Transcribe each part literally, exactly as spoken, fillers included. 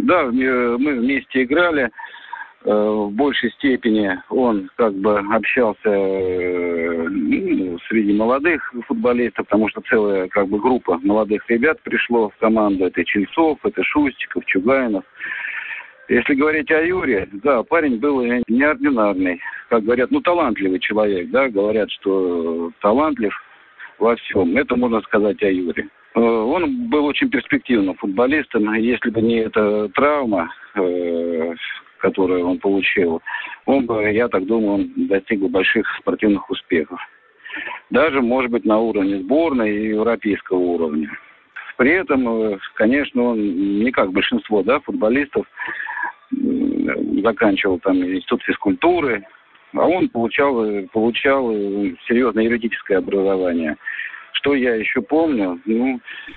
Да, мы вместе играли. В большей степени он как бы общался ну, среди молодых футболистов, потому что целая как бы группа молодых ребят пришло в команду. Это Чельцов, это Шустиков, Чугайнов. Если говорить о Юре, да, парень был неординарный. Как говорят, ну, талантливый человек, да, говорят, что талантлив во всем. Это можно сказать о Юре. Он был очень перспективным футболистом. Если бы не эта травма, которую он получил, он бы, я так думаю, он достиг бы больших спортивных успехов. Даже, может быть, на уровне сборной и европейского уровня. При этом, конечно, он не как большинство, да, футболистов заканчивал там институт физкультуры, а он получал, получал серьезное юридическое образование. Что я еще помню, ну,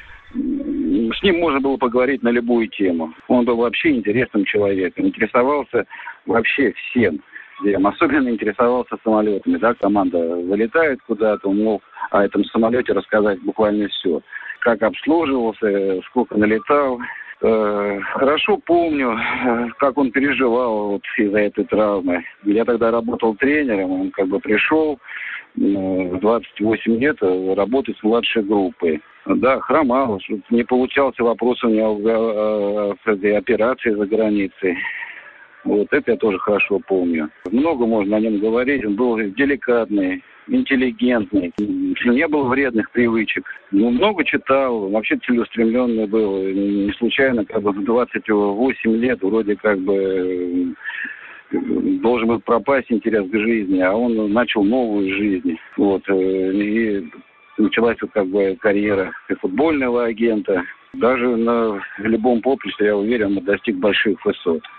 с ним можно было поговорить на любую тему. Он был вообще интересным человеком, интересовался вообще всем. Особенно интересовался самолетами. Да? Команда вылетает куда-то, он мог о этом самолете рассказать буквально все. Как обслуживался, сколько налетал. Хорошо помню, как он переживал вот из-за этой травмы. Я тогда работал тренером, он как бы пришел в двадцать восемь лет работать с младшей группой. Да, хромал, не получался вопрос у него о операции за границей. Вот это я тоже хорошо помню. Много можно о нем говорить. Он был деликатный, интеллигентный, не было вредных привычек. Ну, много читал, вообще целеустремленный был. Не случайно, как бы в двадцать восемь лет вроде как бы должен был пропасть интерес к жизни, а он начал новую жизнь. Вот. И началась вот как бы карьера футбольного агента. Даже на любом поприще, я уверен, он достиг больших высот.